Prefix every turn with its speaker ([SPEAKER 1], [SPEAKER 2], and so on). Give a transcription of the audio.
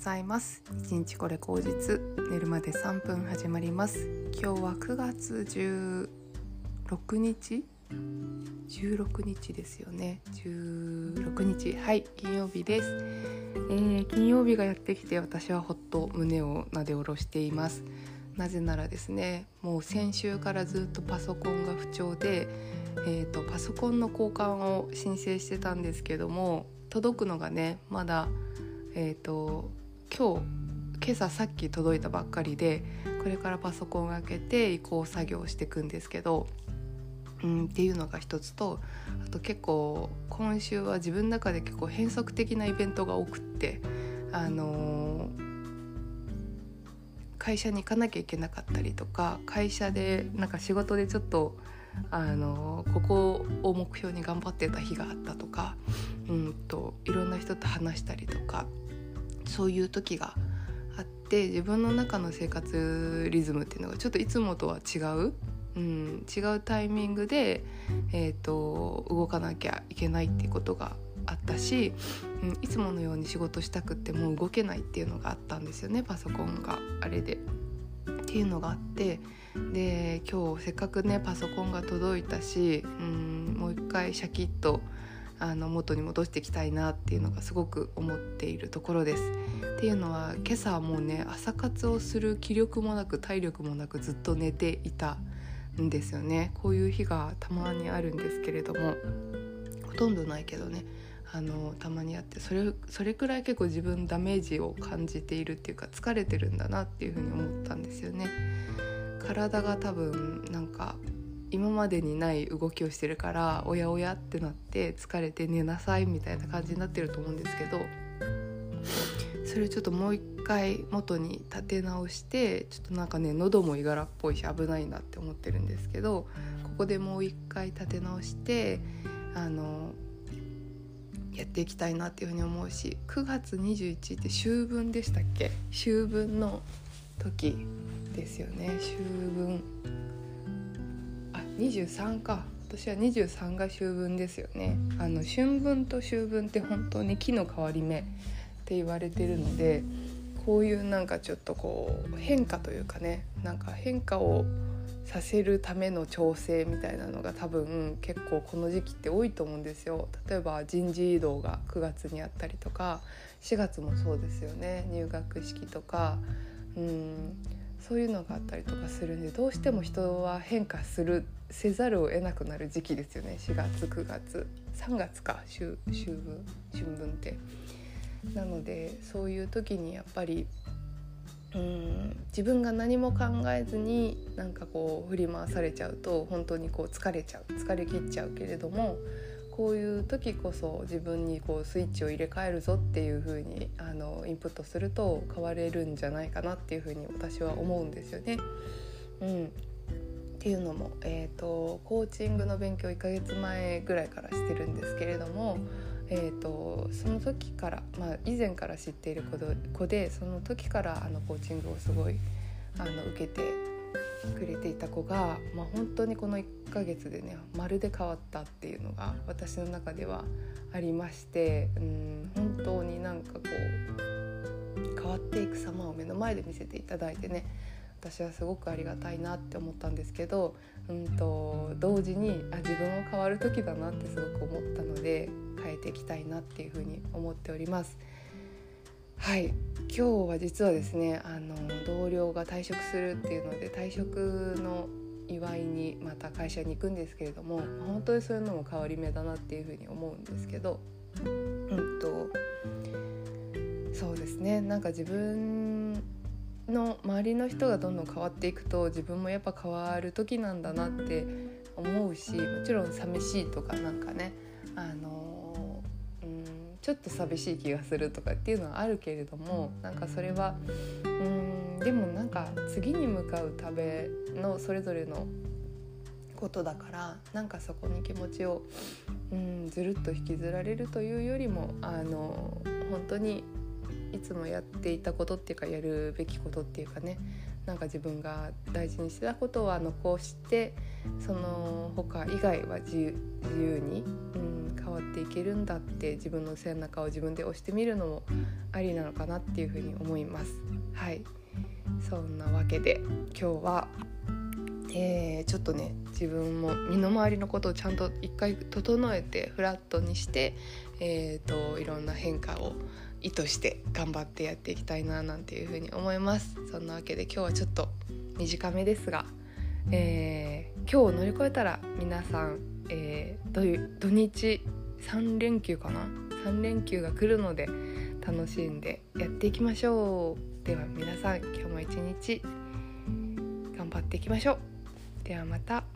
[SPEAKER 1] ざいます。一日これ口実、寝るまで3分始まります。今日は9月16日ですよね。16日、はい、金曜日です。金曜日がやってきて、私はほっと胸をなで下ろしています。なぜならですね、もう先週からずっとパソコンが不調で、パソコンの交換を申請してたんですけども、届くのがねまだ今朝さっき届いたばっかりで、これからパソコンを開けて移行作業をしていくんですけど、っていうのが一つと、あと結構今週は自分の中で結構変則的なイベントが多くって、会社に行かなきゃいけなかったりとか、会社でなんか仕事でちょっとここを目標に頑張ってた日があったとか、いろんな人と話したりとか、そういう時があって、自分の中の生活リズムっていうのがちょっといつもとは違うタイミングで、動かなきゃいけないっていうことがあったし、いつものように仕事したくってもう動けないっていうのがあったんですよね。パソコンがあれでっていうのがあって、で今日せっかくねパソコンが届いたし、もう一回シャキッと元に戻していきたいなっていうのがすごく思っているところです。っていうのは、今朝はもうね朝活をする気力もなく体力もなくずっと寝ていたんですよね。こういう日がたまにあるんですけれども、ほとんどないけどね、たまにあって、それくらい結構自分ダメージを感じているっていうか、疲れてるんだなっていうふうに思ったんですよね。体が多分なんか今までにない動きをしてるから、おやおやってなって疲れて寝なさいみたいな感じになってると思うんですけど、それをちょっともう一回元に立て直して、ちょっとなんかね喉もいがらっぽいし危ないなって思ってるんですけど、ここでもう一回立て直してやっていきたいなっていうふうに思うし、9月21日って秋分でしたっけ？秋分の時ですよね。秋分、23か、今年は23が秋分ですよね。春分と秋分って本当に木の変わり目って言われてるので、こういうなんかちょっとこう変化というかね、なんか変化をさせるための調整みたいなのが多分結構この時期って多いと思うんですよ。例えば人事異動が9月にあったりとか、4月もそうですよね。入学式とかそういうのがあったりとかするんで、どうしても人は変化せざるを得なくなる時期ですよね。4月9月3月か、春分ってなので、そういう時にやっぱり自分が何も考えずになんかこう振り回されちゃうと、本当にこう疲れ切っちゃうけれども、こういう時こそ自分にこうスイッチを入れ替えるぞっていう風にインプットすると変われるんじゃないかなっていう風に私は思うんですよね。っていうのも、コーチングの勉強1ヶ月前ぐらいからしてるんですけれども、その時から、以前から知っている子で、その時からコーチングをすごい受けてくれていた子が、本当にこの1ヶ月でねまるで変わったっていうのが私の中ではありまして、本当になんかこう変わっていく様を目の前で見せていただいてね、私はすごくありがたいなって思ったんですけど、同時に自分も変わる時だなってすごく思ったので、変えていきたいなっていうふうに思っております。はい、今日は実はですね、同僚が退職するっていうので、退職の祝いにまた会社に行くんですけれども、本当にそういうのも変わり目だなっていうふうに思うんですけど、そうですね、なんか自分の周りの人がどんどん変わっていくと、自分もやっぱ変わる時なんだなって思うし、もちろん寂しいとかなんかねちょっと寂しい気がするとかっていうのはあるけれども、なんかそれはでもなんか次に向かうためのそれぞれのことだから、なんかそこに気持ちをずるっと引きずられるというよりも、本当にいつもやっていたことっていうか、やるべきことっていうかね、なんか自分が大事にしてたことは残して、その他以外は自由に、変変わっていけるんだって自分の背中を自分で押してみるのもありなのかなっていうふうに思います。はい、そんなわけで今日は、ちょっとね自分も身の回りのことをちゃんと一回整えてフラットにして、いろんな変化を意図して頑張ってやっていきたいななんていうふうに思います。そんなわけで今日はちょっと短めですが、今日を乗り越えたら皆さん、土日3連休かな3連休が来るので楽しんでやっていきましょう。では皆さん今日も一日頑張っていきましょう。ではまた。